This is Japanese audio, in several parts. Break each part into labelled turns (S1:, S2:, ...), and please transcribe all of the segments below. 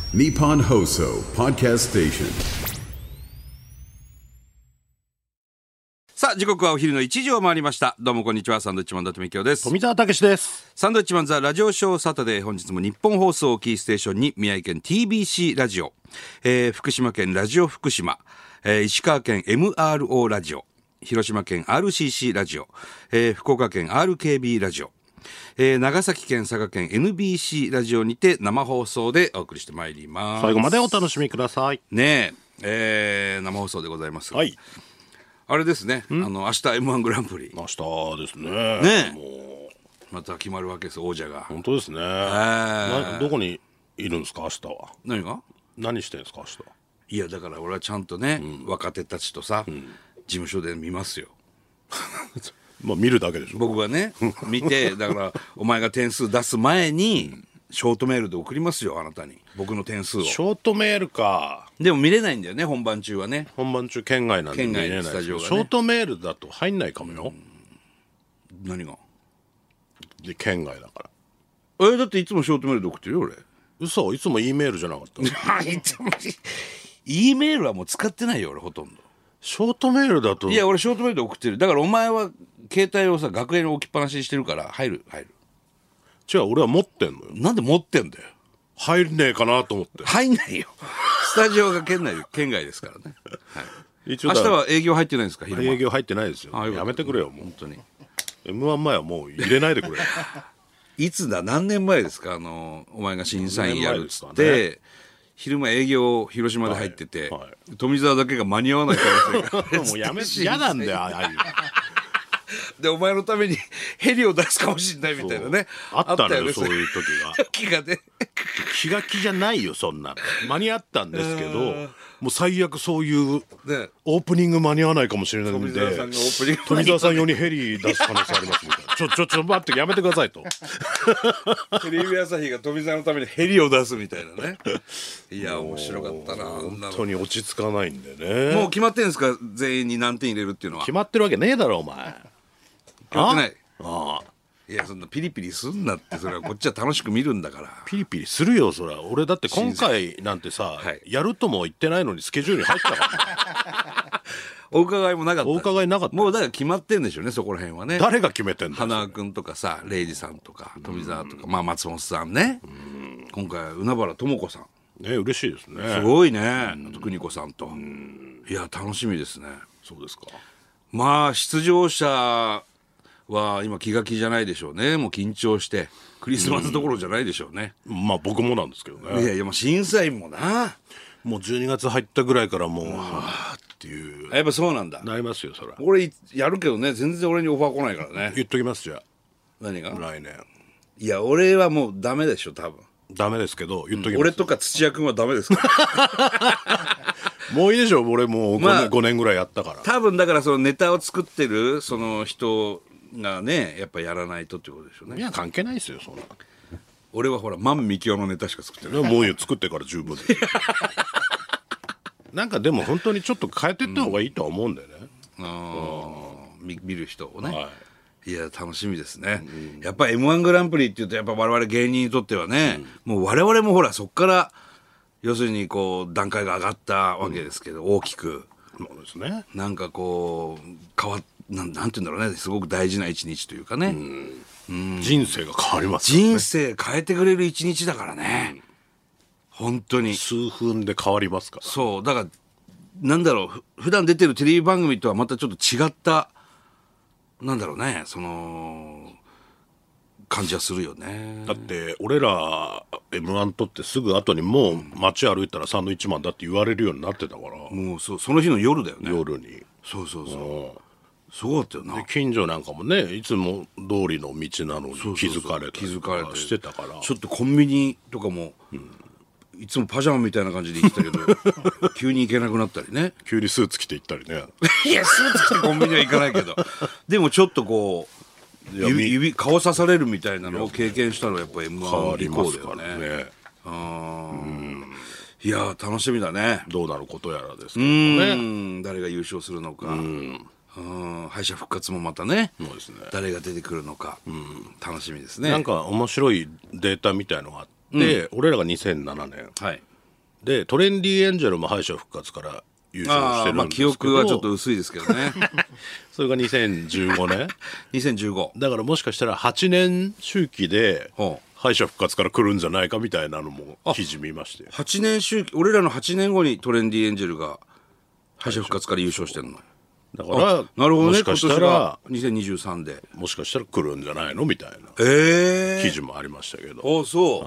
S1: Nippon Hoso Podcast Station。
S2: さあ時刻はお昼の1時を回りました。どうもこんにちは、サンドウィッチマン伊達美京です。
S3: 富澤たけしです。
S2: サンドウィッチマンザラジオショーサタデー、本日も日本放送をキーステーションに宮城県 TBC ラジオ、福島県ラジオ福島、石川県 MRO ラジオ、広島県 RCC ラジオ、福岡県 RKB ラジオ、長崎県佐賀県 NBC ラジオにて生放送でお送りしてまいります。
S3: 最後までお楽しみください。
S2: ねえ、生放送でございます。
S3: はい。
S2: あれですね、明日 M1 グランプリ
S3: 明日ですね。
S2: ねえ、
S3: もう
S2: また決まるわけです、王者が。
S3: 本当ですね。どこにいるんですか、明日は。
S2: 何が？
S3: 何してんですか、明日。
S2: いやだから俺はちゃんとね、若手たちとさ、事務所で見ますよ。
S3: まあ見るだけでしょ。
S2: 僕がね見て、だからお前が点数出す前にショートメールで送りますよ、あなたに僕の点数を。
S3: ショートメールか。
S2: でも見れないんだよね、本番中はね。
S3: 本番中県外なんで見れない
S2: 県外のスタジオがね
S3: ショートメールだと入んないかもよ。
S2: 何が？
S3: で県外だから。
S2: だっていつもショートメールで送ってるよ俺。
S3: 嘘、いつも E メールじゃなかった
S2: いつもE メールはもう使ってないよ俺、ほとんど。
S3: ショートメールだと。
S2: いや俺ショートメールで送ってる。だからお前は携帯をさ楽屋に置きっぱなしにしてるから入る。
S3: 違う、俺は持ってんのよ。
S2: なんで持ってんだよ。
S3: 入んねえかなと思って。
S2: 入んないよ。スタジオが県外ですからね。はい、明日は営業入ってないんですか？昼間
S3: 営業入ってないですよ。やめてくれよ、もう。
S2: 本当に。
S3: M1 前はもう入れないでくれ。
S2: いつだ、何年前ですか？お前が審査員やるっつっ
S3: 何年前
S2: て、
S3: ですか
S2: 昼間営業広島で入ってて、
S3: はいはい
S2: 富澤だけが間に合わない可能性がある
S3: もうやめ、嫌なんだよ、ああいうの。
S2: でお前のためにヘリを出すかもしれないみたいなね。
S3: あったのよ、
S2: よね
S3: そういう時が。
S2: 時がね。
S3: 気が気じゃないよ、そんなの。間に合ったんですけど、もう最悪そういう
S2: ね、
S3: オープニング間に合わないかもしれないんで、
S2: 富澤さんがオープニング
S3: 富澤さん用にヘリ出す可能性ありますみたいな。ちょ待って、やめてくださいと。
S2: テレビ朝日が富澤のためにヘリを出すみたいなね。いや面白かったな。
S3: 本当に落ち着かないんでね。
S2: もう決まってんですか？全員に何点入れるっていうのは。
S3: 決まってるわけねえだろ、お前。
S2: 決まってない。
S3: ああ。
S2: いやそんなピリピリすんなって、それはこっちは楽しく見るんだから。
S3: ピリピリするよ、そら。俺だって今回なんてさ、
S2: はい
S3: やるとも言ってないのにスケジュールに入ったから
S2: お伺いもなかった。
S3: お伺いなかった。
S2: もうだから決まってんでしょうね、そこら辺はね。
S3: 誰が決めてんだよ。
S2: 花輪君とかさ、レイジさんとか富澤とか、まあ松本さんね。今回は海原智子さん、
S3: ね、嬉しいですね。
S2: すごいね。あと邦子さんと。いや楽しみですね。
S3: そうですか。
S2: まあ出場者は今気が気じゃないでしょうね。もう緊張してクリスマスどころじゃないでしょうね。
S3: まあ僕もなんですけどね。
S2: いやいや、もう審査員もな。
S3: もう12月入ったぐらいからもう、はぁっていう
S2: やっぱそうなんだ。
S3: なりますよ、そら。
S2: 俺やるけどね、全然俺にオファー来ないからね。
S3: 言っときますじゃ
S2: 何が？
S3: あ、来年
S2: いや俺はもうダメでしょ多分。
S3: ダメですけど言っときます。
S2: 俺とか土屋君はダメですから
S3: もういいでしょ、俺もう
S2: まあ
S3: 5年ぐらいやったから。
S2: 多分だからそのネタを作ってるその人がね、やっぱやらないとってことでしょうね。
S3: いや関係ないですよ、そんな。
S2: 俺はほら万美京のネタしか作ってない。
S3: もう作ってから十分ですよなんかでも本当にちょっと変えていった方がいいとは思うんだよね。
S2: 見る人をね、
S3: はい、
S2: いや楽しみですね。やっぱ M1 グランプリっていうとやっぱ我々芸人にとってはね、もう我々もほらそっから要するにこう段階が上がったわけですけど、大きく
S3: そうですね。
S2: なんかこうなんて言うんだろうね、すごく大事な一日というかね、
S3: 人生が変わりますからね。
S2: 人生変えてくれる一日だからね、本当に。
S3: 数分で変わりますから。
S2: そうだからなんだろう、普段出てるテレビ番組とはまたちょっと違ったなんだろうね、その感じはするよね。
S3: だって俺ら M1 取ってすぐ後にもう街歩いたらサンドイッチマンだって言われるようになってたから、
S2: もうその日の夜だよね。
S3: 夜に。
S2: そうすごかったよな。
S3: で近所なんかもね、いつも通りの道なのに気づかれたりとかしてたから。
S2: ちょっとコンビニとかも、いつもパジャマみたいな感じで行ってたけど急に行けなくなったりね。
S3: 急にスーツ着て行ったりね
S2: いやスーツ着てコンビニは行かないけどでもちょっとこう指顔刺されるみたいなのを経験したのはやっぱ M1 以降だよね。いや楽しみだね。
S3: どうなることやらですけどね。
S2: 誰が優勝するのか、敗者復活もまたね、
S3: そうですね、
S2: 誰が出てくるのか、楽しみですね。
S3: なんか面白いデータみたいのがあって、俺らが2007年、
S2: はい、
S3: でトレンディエンジェルも敗者復活から優勝してるんですけど、
S2: 記憶はちょっと薄いですけどね
S3: それが2015年
S2: 2015
S3: だからもしかしたら8年周期で
S2: ほう
S3: 敗者復活から来るんじゃないかみたいなのも記事見まして、
S2: 8年周期、俺らの8年後にトレンディエンジェルが敗者復活から優勝してんの。
S3: だから
S2: なるほどね、
S3: もしかしたら
S2: 今年が2023で
S3: もしかしたら来るんじゃないのみたいな記事もありましたけど、
S2: あそう、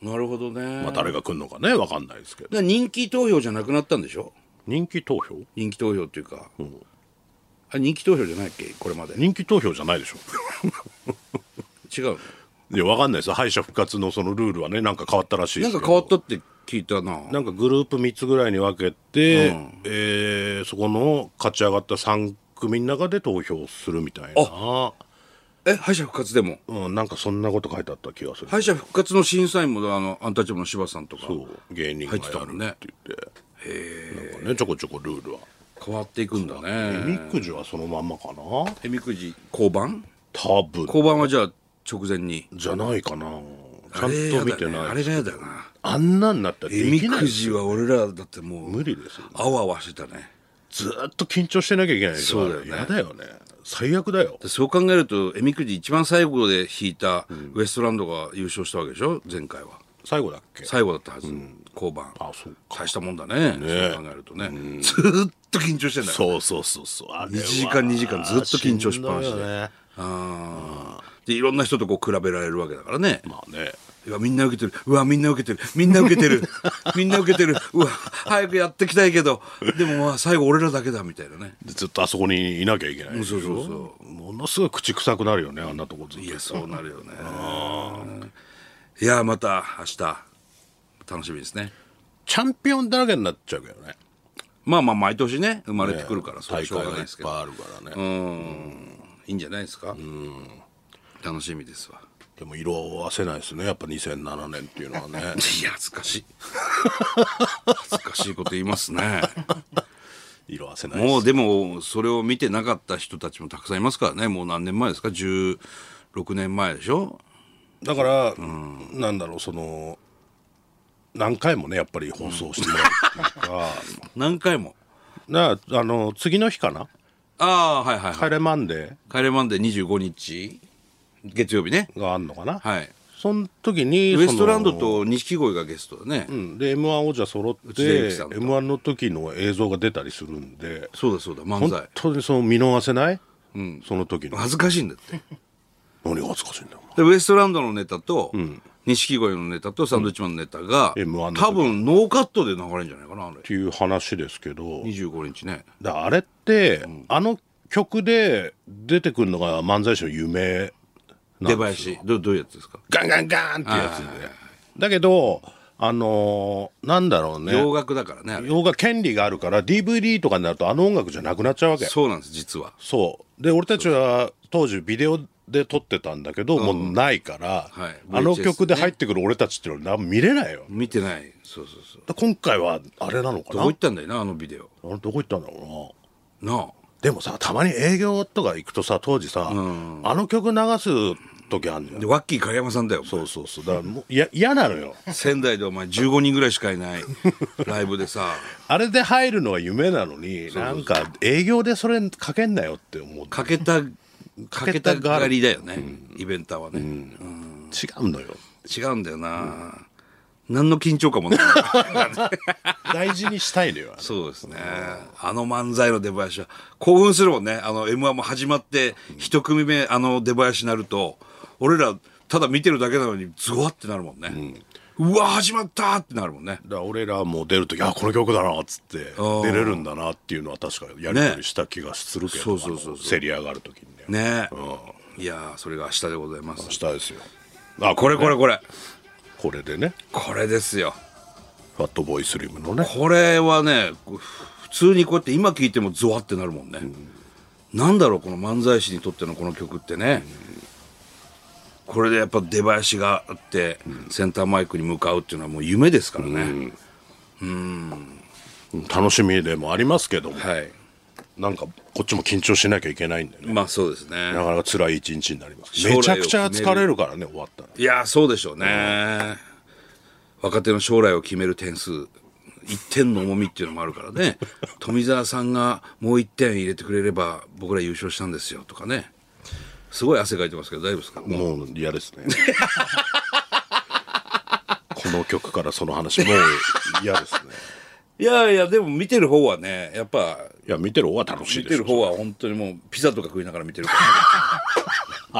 S2: なるほどね。
S3: まあ誰が来るのかね分かんないですけど、
S2: 人気投票じゃなくなったんでしょ。
S3: 人気投票
S2: 人気投票っていうか、あ人気投票じゃないっけこれまで。
S3: 人気投票じゃないでしょ
S2: 違うの。
S3: いや分かんないです。敗者復活のそのルールはねなんか変わったらしいですけど、
S2: なんか変わったって聞いたな。
S3: なんかグループ3つぐらいに分けて、そこの勝ち上がった3組の中で投票するみたいな。
S2: 敗者復活でも、
S3: なんかそんなこと書いてあった気がする。
S2: 敗者復活の審査員もアンタッチャブルの柴さんとか
S3: そう芸人がやるって言ってなんかねちょこちょこルールは
S2: 変わっていくんだね。
S3: えみくじはそのまんまかな。
S2: えみくじ交番
S3: 多分
S2: 交番はじゃあ直前に
S3: じゃないかな。ちゃんと見てない。
S2: あれがやだよな。
S3: あんなんなったらで
S2: えみ
S3: きない
S2: くじは俺らだってもう
S3: 無理ですよ、ね、
S2: あわあわしてたね。
S3: ずーっと緊張してなきゃいけないでしょ。
S2: そうだよね。
S3: やだよね。最悪だよ。
S2: そう考えるとえみくじ一番最後で引いたウエストランドが優勝したわけでしょ前回は。
S3: 最後だっけ。
S2: 最後だったはず、交番。
S3: あそうか。
S2: 大したもんだね。そう考えるとね、ずーっと緊張してんだよ。
S3: そうあれは
S2: 1時間2時間ずっと緊張しっぱなしで、
S3: しんどいよね。
S2: でいろんな人とこう比べられるわけだからね。
S3: まあね。
S2: うわみんな受けてる、うわみんな受けてる、みんな受けてるみんな受けてる、うわ早くやってきたいけどでもまあ最後俺らだけだみたいなね。
S3: ずっとあそこにいなきゃいけないでしょ。
S2: そう
S3: ものすごい口臭くなるよねあんなとこずっと。
S2: いやそうなるよね。いやまた明日楽しみですね。
S3: チャンピオンだらけになっちゃうけどね。
S2: まあ毎年ね生まれてくるから、それは
S3: 大
S2: しょう
S3: 会がいっ
S2: がないですけど
S3: ぱいあるからね。
S2: いいんじゃないですか。楽しみですわ。
S3: でも色を褪せないですねやっぱ2007年っていうのはね。
S2: いや恥ずかしい恥ずかしいこと言いますね。
S3: 色褪せないです。
S2: もうでもそれを見てなかった人たちもたくさんいますからね。もう何年前ですか。16年前でしょ。
S3: だから、なんだろうその何回もねやっぱり放送してもらうっていうか
S2: 何回も。
S3: 次の日かな。
S2: はいはいはい。
S3: 帰れマンデ
S2: 帰れマンデー25日月曜日ね。
S3: ーがあんのかな。
S2: はい。
S3: その時に
S2: ウエストランドと錦鯉がゲストだね。
S3: で M1 王者揃っ
S2: 内田
S3: て
S2: 有紀さんと
S3: M1 の時の映像が出たりするんで、
S2: そうだ漫
S3: 本
S2: 才。
S3: 当にその見逃せない、その時の。
S2: 恥ずかしいんだって。
S3: 何が恥ずかしいんだよ。
S2: でウエストランドのネタと錦鯉のネタとサンドウィッチマンのネタが、
S3: M1 の時
S2: 多分ノーカットで流れるんじゃないかなあれ。
S3: っていう話ですけど、
S2: 25日ね。
S3: だからあれって、あの曲で出てくるのが漫才師の夢なん
S2: 出
S3: ですよ。
S2: 囃子どういうやつですか。
S3: ガンガンガンってやつで、だけどなんだろうね、
S2: 洋楽だからねあれ。
S3: 洋楽権利があるから DVD とかになるとあの音楽じゃなくなっちゃうわけ。
S2: そうなんです実は。
S3: そうで俺たちは当時ビデオで撮ってたんだけど、もうないから、
S2: はい
S3: あの
S2: VHS
S3: 曲で入ってくる俺たちっていうのは見れないよ。
S2: 見てない。そう
S3: だ今回はあれなのかな。
S2: どこ行ったんだよなあのビデオ
S3: あれどこ行ったんだろうな。
S2: なあ。
S3: でもさたまに営業とか行くとさ当時さ、あの曲流す時あるじゃん。
S2: でワッキー影山さんだよ。
S3: そうだからもう嫌なのよ。
S2: 仙台でお前15人ぐらいしかいないライブでさ
S3: あれで入るのは夢なのに、なんか営業でそれかけんなよって思う。
S2: かけたがりだよね、イベンターはね、
S3: 違うのよ。
S2: 違うんだよな、何の緊張感もない
S3: 大事にしたいのよ。
S2: そうですね、あの漫才の出囃子は興奮するもんね。M1 も始まって一組目出囃子になると俺らただ見てるだけなのにゾワってなるもんね、うわ始まったってなるもんね。
S3: だから俺らも出るときこの曲だなっつって出れるんだなっていうのは確かやり取りした気がするけど、
S2: そう
S3: 競り上がるときにね。
S2: いやーそれが明日でございます。
S3: 明日ですよ。
S2: これ
S3: これでね、
S2: これですよ。
S3: ファットボーイスリムのね。
S2: これはね普通にこうやって今聴いてもゾワってなるもんね、なんだろうこの漫才師にとってのこの曲ってね、これでやっぱ出囃子があってセンターマイクに向かうっていうのはもう夢ですからね、
S3: 楽しみでもありますけども、
S2: はい。
S3: なんかこっちも緊張しなきゃいけないんでね、
S2: まあそうですね。
S3: なかなか辛い一日になります。
S2: 将来を
S3: めちゃくちゃ疲れるからね終わったら。
S2: いやそうでしょうね、 若手の将来を決める点数1点の重みっていうのもあるからね富澤さんがもう1点入れてくれれば僕ら優勝したんですよとかね。すごい汗かいてますけど大丈夫ですか？
S3: もう嫌ですねこの曲からその話もう嫌ですね
S2: いやいやでも見てる方はねやっぱ
S3: いや見てる方は楽しい
S2: 見
S3: でしょ。
S2: てる方は本当にもうピザとか食いながら見てるから、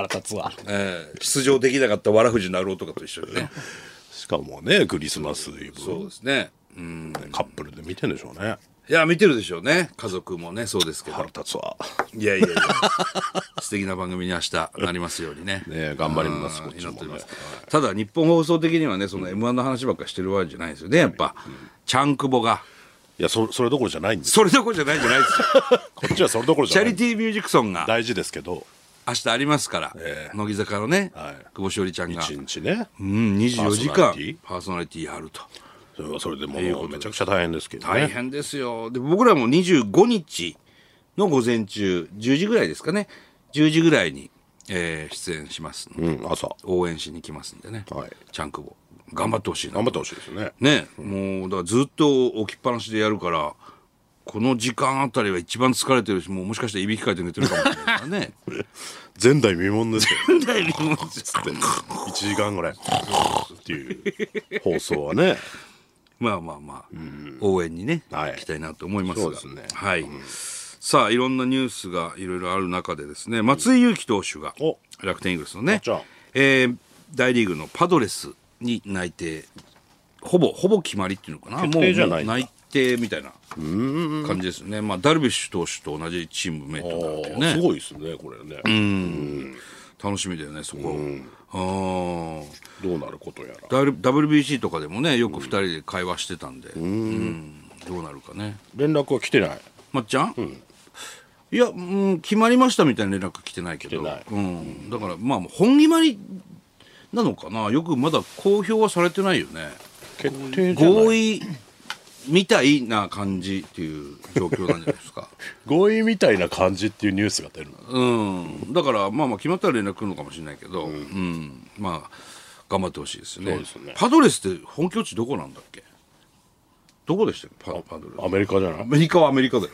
S3: 腹立つわ
S2: 出場できなかったわらふじなるおとかと一緒にね
S3: しかもねクリスマスイブ
S2: そうですね。
S3: カップルで見てんでしょうね。
S2: いや見てるでしょうね。家族もねそうですけど。
S3: 腹立つわ
S2: いやいやいや素敵な番組に明日なりますようにね
S3: ね頑張りますこっちもね
S2: 祈っております。ただ日本放送的にはねその M1 の話ばっかりしてるわけじゃないですよねやっぱ、ちゃんくぼが
S3: いやそれどころじゃないんです
S2: それどころじゃないんじゃないですよ
S3: こっちはそれどころじ
S2: チ
S3: ゃない
S2: ャリティーミュージックソンが
S3: 大事ですけど
S2: 明日ありますから、乃木坂のね、
S3: はい
S2: 久保しおりちゃんが
S3: 一日ね
S2: 24時間
S3: パ
S2: パーソナリティやると
S3: それはそれでもうめちゃくちゃ大変ですけどね。
S2: 大変ですよ。で僕らも25日の午前中10時ぐらいですかね10時ぐらいに、出演しますので、
S3: 朝
S2: 応援しに来ますんでね、
S3: はい
S2: ちゃんくぼ頑張ってほしいな
S3: 頑張ってほしいですね。
S2: ね、もうだからずっと置きっぱなしでやるからこの時間あたりは一番疲れてるしもしかしたらいびきかいて寝てるかもしれないからね
S3: 前代未聞ですよ
S2: 大丈夫です
S3: 1時間ぐらいっていう放送はね
S2: まあまあまあ、応援にね、
S3: はい
S2: 行きたいなと思いますが
S3: そうですね
S2: はい、さあいろんなニュースがいろいろある中でですね松井裕樹投手が
S3: お
S2: 楽天イーグルスのね
S3: じゃあ、
S2: 大リーグのパドレスに内定ほぼ決まりっていうのかな
S3: 決定じゃないんだ
S2: もう内定みたいな感じですよね。まあダルビッシュ投手と同じチームメイトなわけね
S3: すごいですねこれね。
S2: 楽しみだよねそこ、
S3: どうなることやら。
S2: WBC とかでもねよく2人で会話してたんで、どうなるかね。
S3: 連絡は来てない。
S2: まっちゃん、いや、決まりましたみたいな連絡来てないけど
S3: 来てない
S2: だからまあ本決まりなのかなよくまだ公表はされてないよね。
S3: 決定じゃない。
S2: 合意みたいな感じっていう状況なんじゃないですか
S3: 合意みたいな感じっていうニュースが出るの。
S2: だからまあ決まったら連絡来るのかもしれないけど、まあ頑張ってほしいですよね。
S3: そうですね
S2: パドレスって本拠地どこなんだっけ？どこでしたっけパドレス。
S3: アメリカじゃない
S2: アメリカはアメリカだよ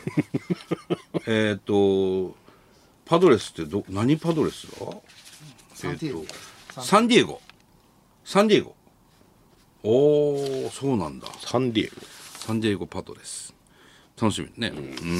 S2: パドレスって何パドレスだ？サンディエゴおおそうなんだ。
S3: サンディエゴ。
S2: サンディエゴパドレス楽しみね。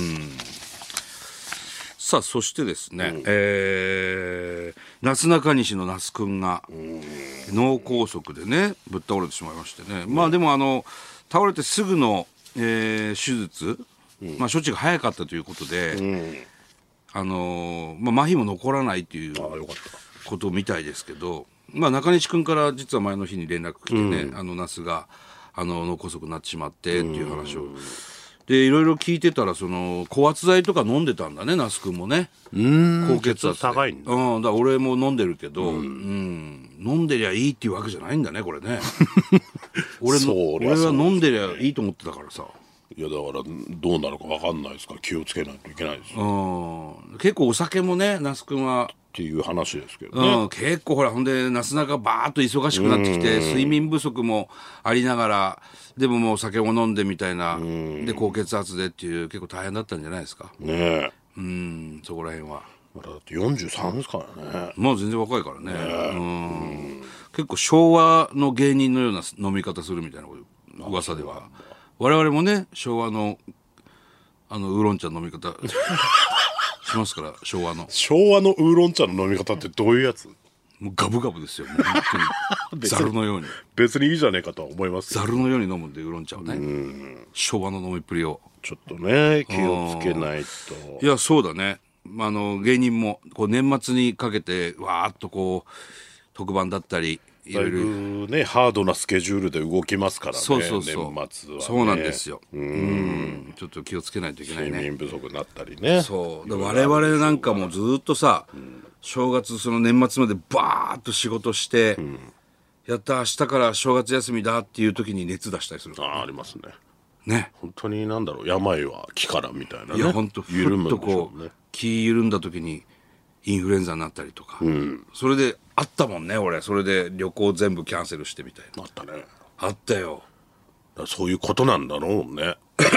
S2: さあそしてですね、なすなかにしの那須くんが脳梗塞でねぶっ倒れてしまいましてね、まあでも倒れてすぐの、手術、まあ処置が早かったということで、まあ、麻痺も残らないということみたいですけど、まあ、中西君から実は前の日に連絡来てね、那須が脳梗塞になってしまってっていう話を、でいろいろ聞いてたらその高圧剤とか飲んでたんだね那須君もね。高血圧で
S3: 高いんだ。
S2: だから俺も飲んでるけど、飲んでりゃいいっていうわけじゃないんだねこれね俺は飲んでりゃいいと思ってたからさ。
S3: いやだからどうなるか分かんないですから気をつけないといけないですよ
S2: 結構お酒もね那須君は
S3: っていう話ですけどね。
S2: 結構ほらほんでなすなかバーッと忙しくなってきて睡眠不足もありながらでももう酒を飲んでみたいなで高血圧でっていう結構大変だったんじゃないですか
S3: ね
S2: え。そこら辺は
S3: まだだって43ですからね。
S2: もう全然若いからね。結構昭和の芸人のような飲み方するみたいな噂では我々もね昭和のウーロン茶飲み方しますから昭和の
S3: ウーロン茶の飲み方ってどういうやつ？
S2: もうガブガブですよもう本当にザルのように
S3: 別にいいじゃねえかとは思いますけど
S2: ザルのように飲むんでウーロン茶をね昭和の飲みっぷりを
S3: ちょっとね気をつけないと。
S2: いやそうだね、芸人もこう年末にかけてわーっとこう特番だったりい
S3: だい
S2: ろいろ
S3: ぶねハードなスケジュールで動きますからね。
S2: そう
S3: 年末は、ね、
S2: そうなんですよ。ちょっと気をつけないといけないね。
S3: 睡眠不足になったりね。
S2: そう我々なんかもずっとさ、正月その年末までバーッと仕事して、やった明日から正月休みだっていう時に熱出したりするから
S3: ありますね。
S2: ね。
S3: 本当になんだろう病は気からみたいなね。
S2: いや本当
S3: 緩むん
S2: ふっとこう
S3: でしょうね。
S2: 気緩んだ時にインフルエンザになったりとか、それであったもんね俺それで旅行全部キャンセルしてみたいな。
S3: あったね。
S2: あったよ。
S3: だからそういうことなんだろうね。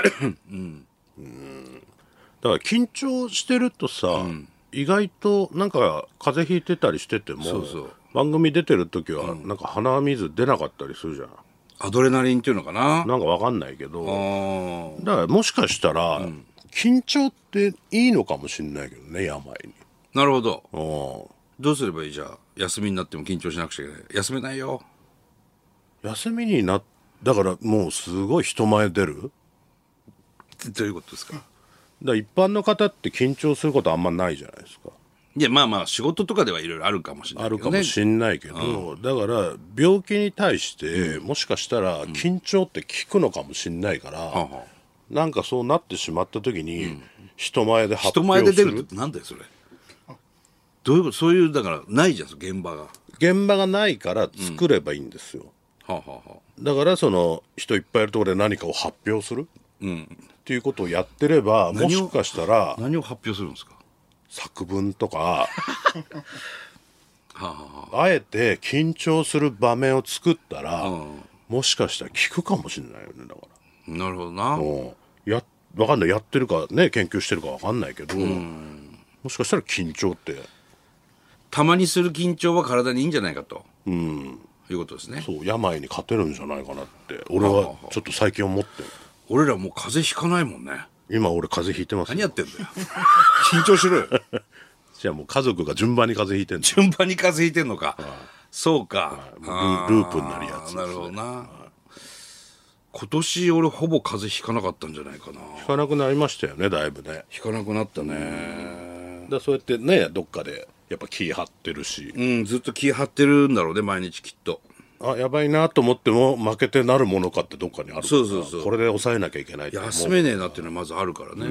S3: だから緊張してるとさ、意外となんか風邪ひいてたりしてても、
S2: そうそう、
S3: 番組出てる時はなんか鼻水出なかったりするじゃん。
S2: アドレナリンっていうのかな。
S3: なんかわかんないけど、
S2: あ
S3: だからもしかしたら、緊張っていいのかもしれないけどね、病に。
S2: なるほど。
S3: うん。
S2: どうすればいい？じゃあ休みになっても緊張しなくちゃいけない。休めないよ。
S3: 休みになだからもうすごい人前出る。
S2: どういうことですか？
S3: だから一般の方って緊張することあんまないじゃないですか。
S2: いや、まあまあ仕事とかではいろいろあるかもしれな
S3: あ
S2: いけどね。
S3: るかもしんないけど、だから病気に対して、もしかしたら緊張って効くのかもしんないから、
S2: はあ
S3: なんかそうなってしまった時に、人前で発
S2: 人前
S3: 表る
S2: です出るってなんだよそれ。どういうこと？そういうだからないじゃん現場が。は
S3: 現場がないから作ればいいんですよ、
S2: あ、はあはあ、
S3: だからその人いっぱいいるところで何かを発表する、っていうことをやってれば、もしかしたら
S2: 何を発表するんですか？
S3: 作文とか
S2: はあ、はあ、
S3: あえて緊張する場面を作ったら、もしかしたら効くかもしれないよね。だから
S2: なるほどな。
S3: 分かんない、やってるかね研究してるか分かんないけど、もしかしたら緊張って
S2: たまにする緊張は体にいいんじゃないかと、いうことですね。
S3: そう病に勝てるんじゃないかなって俺はちょっと最近思ってる。
S2: 俺らもう風邪ひかないもんね。
S3: 今俺風邪ひいてますよ。
S2: 何やってんだよ。緊張しろよ。
S3: じゃあもう家族が順番に風邪ひいてんの。
S2: 順番に風邪ひいてんのか。そうか。
S3: ループになるやつですね。
S2: なるほどな。今年俺ほぼ風邪ひかなかったんじゃないかな。
S3: ひかなくなりましたよね、だいぶね。
S2: ひかなくなったね。
S3: だそうやってね、どっかでやっぱ気張ってるし、
S2: ずっと気張ってるんだろうね、毎日きっと。
S3: あやばいなと思っても負けてなるものかってどっかにあるから、
S2: そうそうそう、
S3: これで抑えなきゃいけないって
S2: 休めねえなっていうのはまずあるからね。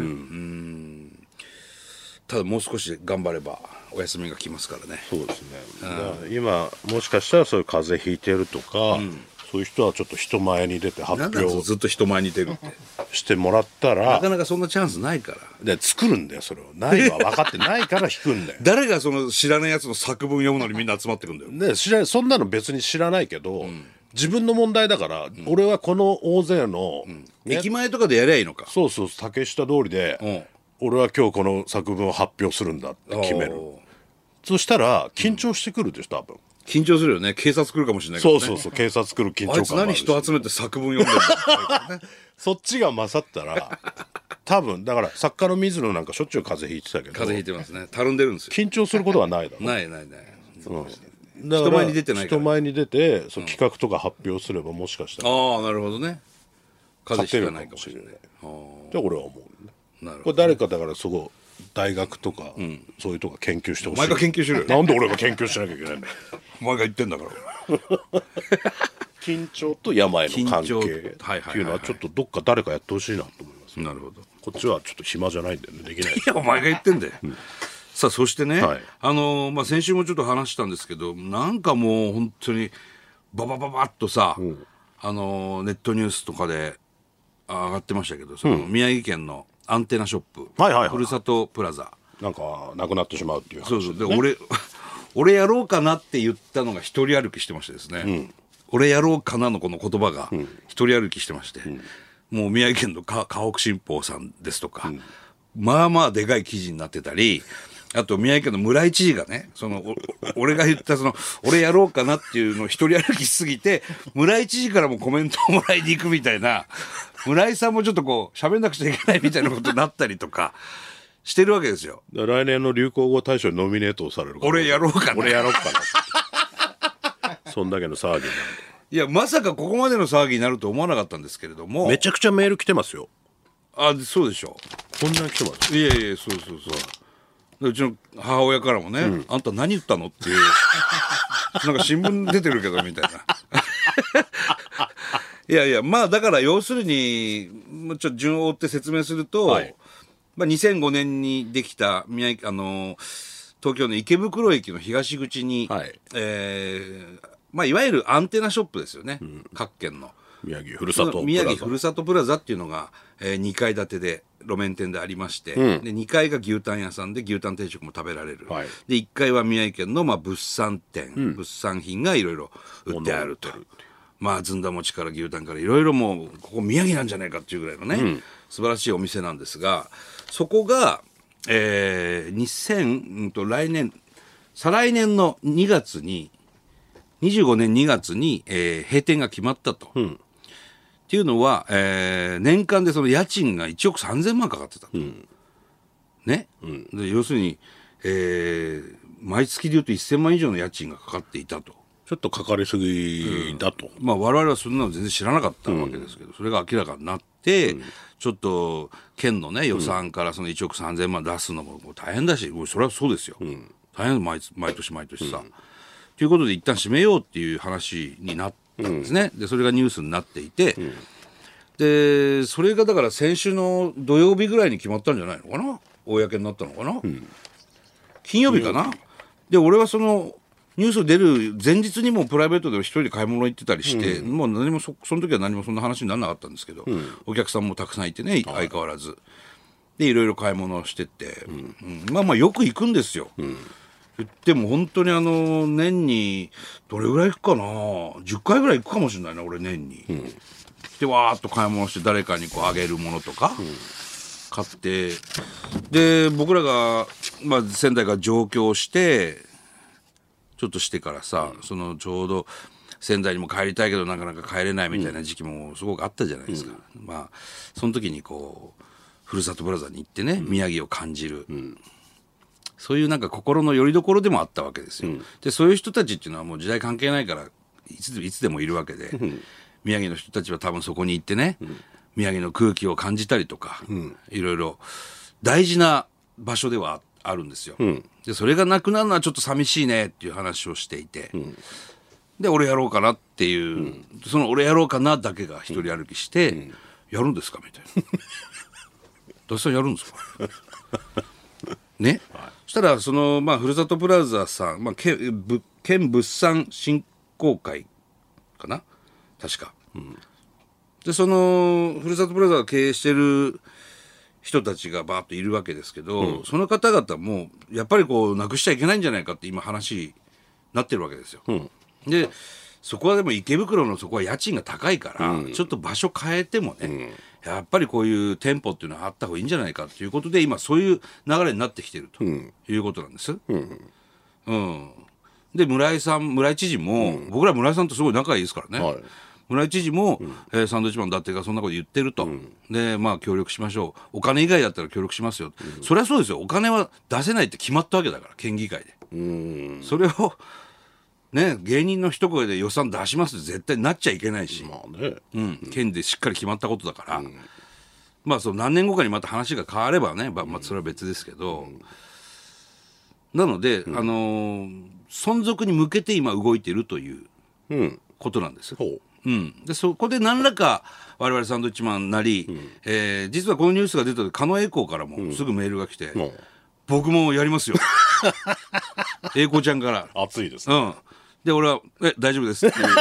S2: ただもう少し頑張ればお休みが来ますからね。
S3: そうですね。だから今もしかしたらそういう風邪ひいてるとか、そういう人はちょっと人前に出て発
S2: なんだ
S3: 表
S2: ずっと人前に出るって。
S3: してもらった
S2: な
S3: ら
S2: かなかそんなチャンスないから。
S3: で作るんだよ。それをないは分かってないから弾くんだよ。
S2: 誰がその知らないやつの作文読むのにみんな集まってくんだよ。
S3: でそんなの別に知らないけど、自分の問題だから、俺はこの大勢の、
S2: 駅前とかでやりゃいいのか。
S3: そうそう竹下通りで、俺は今日この作文を発表するんだって決める。そしたら緊張してくるでしょ多分。
S2: 緊張するよね。警察来るかもしれないからね。
S3: そうそう警察来る緊張
S2: あいつ何
S3: 感もあるし
S2: 人集めて作文読んでんだって、ね、
S3: そっちが勝ったら多分だから作家の水野なんかしょっちゅう風邪ひいてたけど、
S2: 風邪ひいてますね。たるんでるんですよ。
S3: 緊張することはないだろ。
S2: ないないない。
S3: だから
S2: 人前に出てないから
S3: 人前に出てそう企画とか発表すればもしかしたら
S2: ああなるほどね。風邪ひかないかもしれない。
S3: って俺は思うね。
S2: なるほど。
S3: これ誰かだからそこ大学とか、そういうとこ研究してほしい。
S2: お前が研究しろよ。
S3: なんで俺が研究しなきゃいけないんだよ。
S2: お前が言ってんだから
S3: 緊張と病の関係っていうのはちょっとどっか誰かやってほしいなと思います。
S2: なるほど。
S3: こっちはちょっと暇じゃないんだよね。できない。
S2: いやお前が言ってんだよ、さあそしてね、
S3: はい
S2: まあ、先週もちょっと話したんですけどなんかもう本当にババババッとさ、ネットニュースとかで上がってましたけどその宮城県のアンテナショップ、
S3: はいはいはい
S2: ふるさとプラザ
S3: なんかなくなってしまうっていう話
S2: そうそうで、俺やろうかなって言ったのが一人歩きしてましてですね、俺やろうかなのこの言葉が一人歩きしてまして、もう宮城県の河北新報さんですとか、まあまあでかい記事になってたりあと宮城県の村井知事がねその俺が言ったその俺やろうかなっていうのを一人歩きしすぎて村井知事からもコメントをもらいに行くみたいな村井さんもちょっとこう喋んなくちゃいけないみたいなことになったりとかしてるわけですよ。
S3: だから来年の流行語大賞にノミネートされるから。
S2: 俺やろうかな
S3: 俺やろうかなそんだけの騒ぎになる。
S2: いやまさかここまでの騒ぎになると思わなかったんですけれども
S3: めちゃくちゃメール来てますよ。
S2: あそうでしょ
S3: こんなに来てます。
S2: いやいやそうそうそうでうちの母親からもね、あんた何言ったのっていうなんか新聞出てるけどみたいないやいやまあだから要するにちょっと順を追って説明すると、
S3: はい
S2: まあ、2005年にできた東京の池袋駅の東口に、
S3: はい
S2: まあ、いわゆるアンテナショップですよね、各県の
S3: 宮城ふるさとプラザ。
S2: 宮城ふるさとプラザっていうのが、2階建てで路面店でありまして、で2階が牛タン屋さんで牛タン定食も食べられる、
S3: はい
S2: で1階は宮城県のまあ物産店、物産品がいろいろ売ってあると、 まあずんだ餅から牛タンからいろいろもうここ宮城なんじゃないかっていうぐらいのね、素晴らしいお店なんですが、そこが、再来年の2月に25年2月に、閉店が決まったと、っていうのは、年間でその家賃が1億3000万かかってたと、ね、で要するに、毎月でいうと1000万以上の家賃がかかっていたと。
S3: ちょっとかかりすぎだと、
S2: まあ我々はそんなの全然知らなかったわけですけど、それが明らかになって、ちょっと県のね予算からその1億3000万出すのももう大変だし、もうそれはそうですよ、大変毎年毎年さ、ということで一旦閉めようっていう話になったんですね、でそれがニュースになっていて、でそれがだから先週の土曜日ぐらいに決まったんじゃないのかな、公になったのかな、金曜日かな、で俺はそのニュース出る前日にもプライベートで一人で買い物行ってたりして、もう何もその時は何もそんな話にならなかったんですけど、お客さんもたくさんいてね、相変わらずでいろいろ買い物をしてって、まあまあよく行くんですよ、言っても本当に年にどれぐらい行くかな、10回ぐらい行くかもしれないな俺年に、でわーっと買い物して誰かにこうあげるものとか、買ってで僕らが、まあ、仙台から上京してちょっとしてからさ、そのちょうど仙台にも帰りたいけどなかなか帰れないみたいな時期もすごくあったじゃないですか、まあその時にこうふるさとブラザーに行ってね、宮城を感じる、そういうなんか心の拠り所でもあったわけですよ、でそういう人たちっていうのはもう時代関係ないからいつでもいるわけで、宮城の人たちは多分そこに行ってね、宮城の空気を感じたりとか、いろいろ大事な場所ではあるんですよ、でそれがなくなるのはちょっと寂しいねっていう話をしていて、で俺やろうかなっていう、その俺やろうかなだけが一人歩きして、やるんですかみたいなダチさんやるんですかね、そしたらその、まあ、ふるさとプラザさん、まあ、県物産振興会かな確か、でそのふるさとプラザが経営してる人たちがバーッといるわけですけど、その方々もやっぱりこうなくしちゃいけないんじゃないかって今話になってるわけですよ、でそこはでも池袋のそこは家賃が高いから、ちょっと場所変えてもね、やっぱりこういう店舗っていうのはあった方がいいんじゃないかということで今そういう流れになってきてるということなんです、で村井知事も、僕ら村井さんとすごい仲いいですからね、村井知事も、サンドウィッチマンだってがそんなこと言ってると、でまあ協力しましょう、お金以外だったら協力しますよ、それはそうですよ、お金は出せないって決まったわけだから県議会で、それをね芸人の一声で予算出しますって絶対なっちゃいけないし、県でしっかり決まったことだから、まあその何年後かにまた話が変わればね、まあそれは別ですけど、なので、存続に向けて今動いているということなんです、でそこで何らか我々サンドウィッチマンなり、実はこのニュースが出た時狩野英孝からもすぐメールが来て、僕もやりますよ英孝ちゃんから
S3: 熱いですね、
S2: で俺は大丈夫ですっていう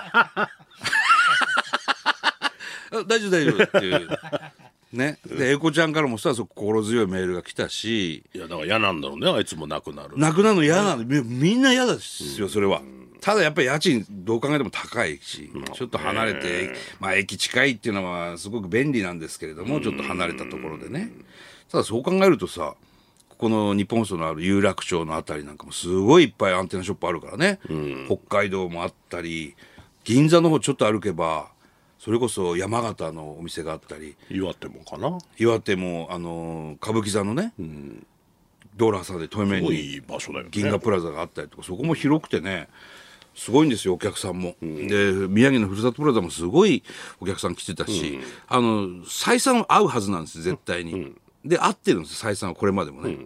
S2: 大丈夫っていうね、で英子ちゃんからもさ心強いメールが来たし、
S3: いやだから嫌なんだろうね、あいつも亡くなる
S2: の嫌なんで、みんな嫌ですよそれは、ただやっぱり家賃どう考えても高いし、ちょっと離れて、まあ駅近いっていうのはすごく便利なんですけれども、ちょっと離れたところでね、ただそう考えるとさ、ここの日本放送のある有楽町のあたりなんかもすごいいっぱいアンテナショップあるからね、北海道もあったり、銀座の方ちょっと歩けばそれこそ山形のお店があったり、
S3: 岩手もかな、
S2: 岩手も歌舞伎座のね、道路挟んで遠面に銀河プラザがあったりとか、そこも広くてねすごいんですよお客さんも、で宮城のふるさとプラザもすごいお客さん来てたし、採算合うはずなんです絶対に、で合ってるんです採算はこれまでもね、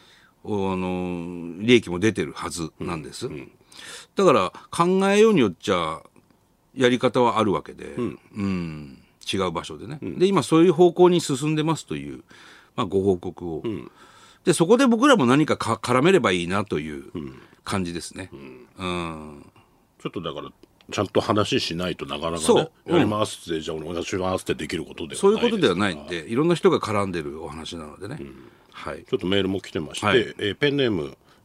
S2: 利益も出てるはずなんです、だから考えようによっちゃやり方はあるわけで、違う場所でね、で今そういう方向に進んでますという、まあ、ご報告を、でそこで僕らも何か絡めればいいなという感じですね、
S3: ちょっとだからちゃんと話しないとなかなかね、やりますって、じゃあお願いしますってできることではないですから、
S2: そういうことではないんで、いろんな人が絡んでるお話なのでね、
S3: ちょっとメールも来てまして、ペンネーム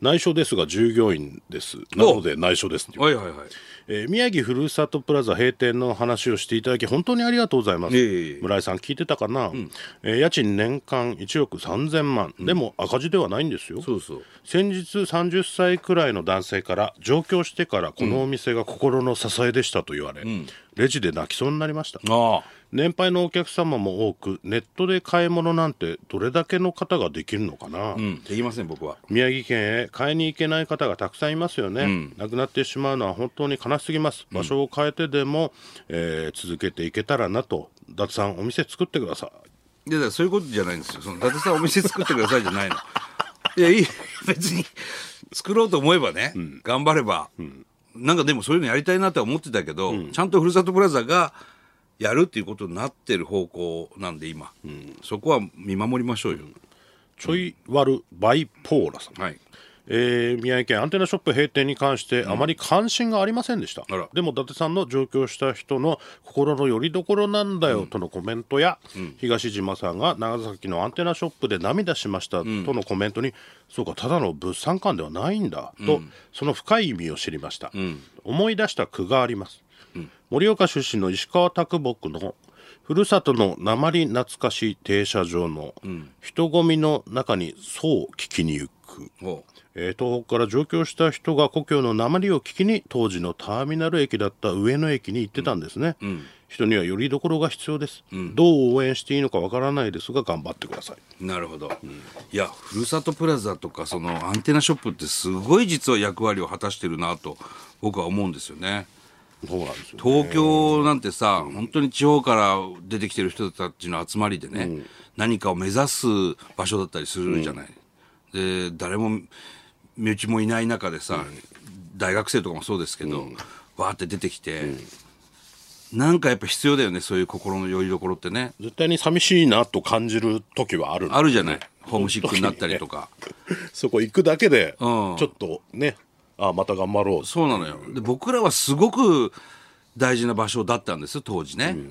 S3: 内緒ですが従業員です。なので内緒ですっていう。
S2: はいはいはい。
S3: 宮城ふるさとプラザ閉店の話をしていただき本当にありがとうございます。村井さん聞いてたかな、家賃年間1億3000万、でも赤字ではないんですよ。
S2: そうそう。
S3: 先日30歳くらいの男性から上京してからこのお店が心の支えでしたと言われ、レジで泣きそうになりました。年配のお客様も多く、ネットで買い物なんてどれだけの方ができるのかな、
S2: できません僕は。
S3: 宮城県へ買いに行けない方がたくさんいますよね、亡くなってしまうのは本当に悲しすぎます。場所を変えてでも、続けていけたらなと。伊達さんお店作ってください。
S2: いやだからそういうことじゃないんですよ。その伊達さんお店作ってくださいじゃないの。いやいい別に作ろうと思えばね、頑張れば、なんかでもそういうのやりたいなとは思ってたけど、ちゃんとふるさとプラザがやるっていうことになってる方向なんで今、そこは見守りましょうよ。
S3: ちょい悪バイポーラさん、宮城県アンテナショップ閉店に関してあまり関心がありませんでした、でも伊達さんの上京した人の心の拠り所なんだよとのコメントや、東島さんが長崎のアンテナショップで涙しましたとのコメントに、そうかただの物産館ではないんだと、その深い意味を知りました、思い出した句があります、盛岡出身の石川啄木のふるさとの鉛懐かしい停車場の人混みの中にそう聞きに行く、東北から上京した人が故郷の鉛を聞きに当時のターミナル駅だった上野駅に行ってたんですね、人にはよりどころが必要です、どう応援していいのかわからないですが頑張ってください。
S2: なるほど、いやふるさとプラザとかそのアンテナショップってすごい実は役割を果たしてるなと僕は思うんですよね。
S3: そうなんですよね。
S2: 東京なんてさ、本当に地方から出てきてる人たちの集まりでね、何かを目指す場所だったりするじゃない、で誰も身内もいない中でさ、大学生とかもそうですけど、わーって出てきて、なんかやっぱ必要だよね、そういう心の拠り所ってね。
S3: 絶対に寂しいなと感じる時はある、
S2: あるじゃない、ホームシックになったりとか、
S3: そこ行くだけでちょっとね、また頑張ろう。
S2: そうなのよ。で僕らはすごく大事な場所だったんです当時ね、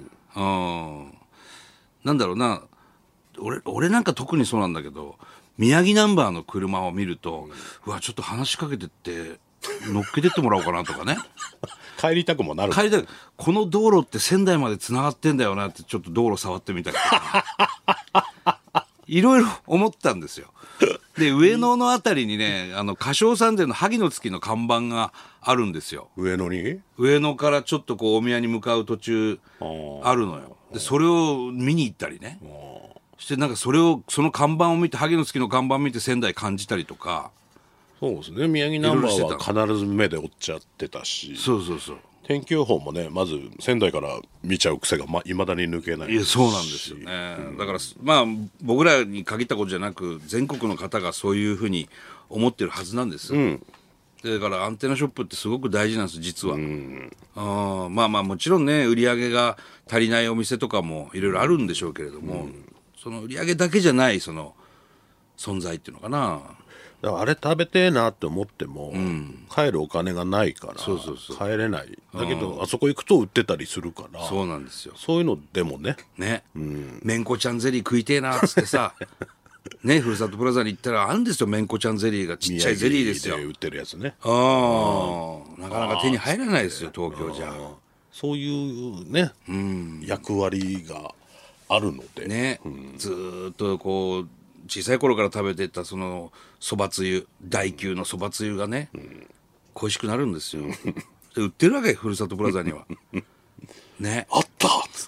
S2: なんだろうな、俺なんか特にそうなんだけど、宮城ナンバーの車を見ると、うわちょっと話しかけてって乗っけてってもらおうかなとかね
S3: 帰りたくもなる。
S2: 帰りたく、この道路って仙台までつながってんだよなって、ちょっと道路触ってみたりとかいろいろ思ったんですよ。で上野のあたりにね、歌唱三千の萩の月の看板があるんですよ。
S3: 上野から
S2: ちょっとこう大宮に向かう途中あるのよ。でそれを見に行ったりねして、なんかその看板を見て、萩の月の看板を見て仙台感じたりとか。
S3: そうですね、宮城ナンバーは必ず目で追っちゃってたし、
S2: そう
S3: 天気予報もね、まず仙台から見ちゃう癖がいまだに抜けない。
S2: いやそうなんですよね、だからまあ僕らに限ったことじゃなく、全国の方がそういうふうに思ってるはずなんです、だからアンテナショップってすごく大事なんです実は、まあもちろんね売り上げが足りないお店とかもいろいろあるんでしょうけれども、その売り上げだけじゃないその存在っていうのかな。
S3: だからあれ食べてえなって思っても、帰るお金がないから帰れない。だけどあそこ行くと売ってたりするから、
S2: そうなんですよ。
S3: そういうのでもね、
S2: めんこちゃんゼリー食いてえなっつってさね、ふるさとプラザに行ったらあるんですよ、めんこちゃんゼリーが、ちっちゃいゼリーですよ。
S3: 宮城で売ってるやつね。
S2: なかなか手に入らないですよ東京じゃ。
S3: そういうね、役割があるので
S2: ね、ずーっとこう小さい頃から食べてたそのそばつゆ、大級のそばつゆがね、恋しくなるんですよで売ってるわけ、ふるさとプラザにはね、
S3: あった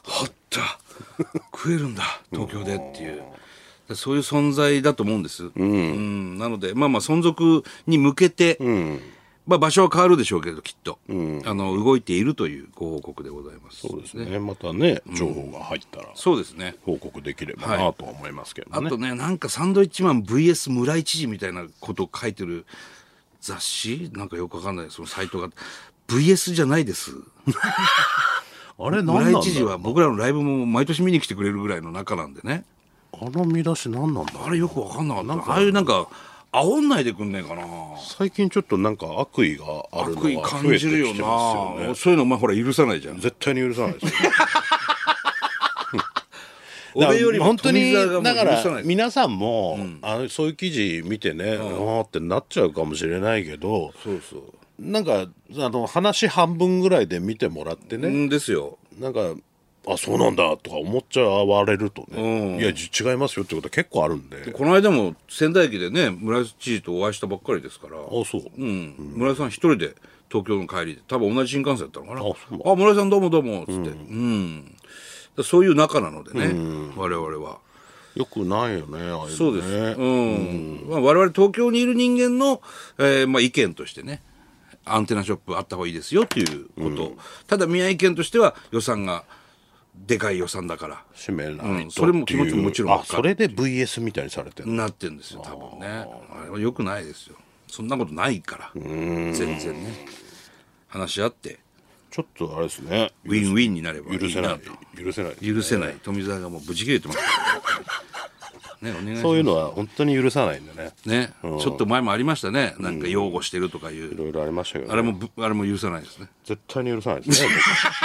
S2: 食えるんだ東京でっていう、そういう存在だと思うんです、なのでまあ存続に向けて、場所は変わるでしょうけどきっと、動いているというご報告でございます。
S3: そうですね、またね情報が入ったら、
S2: そうですね、
S3: 報告できればなとは思いますけどね。
S2: あとね、なんかサンドイッチマン VS 村井知事みたいなことを書いてる雑誌なんかよくわかんない、そのサイトが VS じゃないです
S3: あれ何なんだろう。
S2: 村井知事は僕らのライブも毎年見に来てくれるぐらいの仲なんでね、
S3: あの見出し何なんだろう。
S2: あれよくわかんなかった。ああいうなんか煽んないでくんねえかな。
S3: 最近ちょっとなんか悪意があるのが増えてきてますよね。悪意感じるよな。
S2: そういうのお前ほら許さないじゃん。
S3: 絶対に許さないですよ
S2: 俺よりも
S3: 本当に
S2: 富澤がもう
S3: だか
S2: 許さない
S3: ら皆さんも、そういう記事見てね、ってなっちゃうかもしれないけど、
S2: そうそう
S3: なんか話半分ぐらいで見てもらってね、
S2: んですよ。
S3: なんかあそうなんだとか思っちゃわれるとね、いや違いますよってことは結構あるんで。
S2: この間も仙台駅でね村井知事とお会いしたばっかりですから。
S3: そう、
S2: 村井さん一人で東京の帰りで多分同じ新幹線だったのかな。
S3: そう
S2: 村井さんどうもどうもっつって、そういう仲なのでね、我々は。
S3: よくないよね、ああいうのね。
S2: そうです。まあ、我々東京にいる人間の、まあ、意見としてね、アンテナショップあった方がいいですよっていうこと、ただ宮城県としては予算がでかい予算だから
S3: 閉めないと、
S2: それも気持ちももちろん分かる。
S3: それで VS みたいにされてる
S2: なってるんですよ多分ね。あれはよくないですよ。そんなことないから全然ね話し合って
S3: ちょっとあれですね、
S2: ウィンウィンになればいいなと。
S3: 許せない
S2: 富澤がもうブチ切れてますからね。お願いします。
S3: そういうのは本当に許さないんだね。
S2: ね、ちょっと前もありましたね。なんか擁護してるとかいう、
S3: いろいろありましたけど、
S2: あれも許さないですね。
S3: 絶対に許さないですね。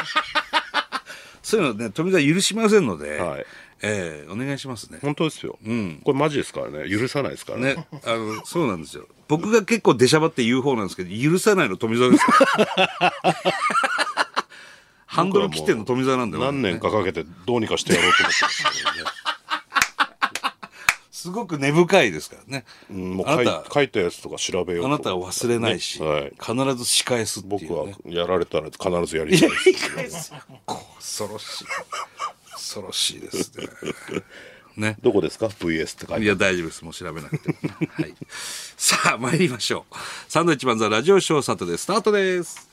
S2: そういうのね、富澤許しませんので、
S3: はい、
S2: お願いしますね。
S3: 本当ですよ、これマジですからね、許さないですからね。
S2: そうなんですよ。僕が結構出しゃばって言う方なんですけど、許さないの富澤ですからハンドル切ってんの富澤なんだよ、
S3: 何年かかけてどうにかしてやろうと思ってますけどね。
S2: すごく根深いですからね。
S3: もう書いたやつとか調べようと。
S2: あなたは忘れないし、必ず仕返すっていう、ね、
S3: 僕はやられたら必ずやりたいです。
S2: 恐ろしいですね。ね、
S3: どこですか VS って書いて。
S2: いや大丈夫です、もう調べなくても、はい、さあ参りましょう。サンドウィッチマンザラジオショーサタデースタートです。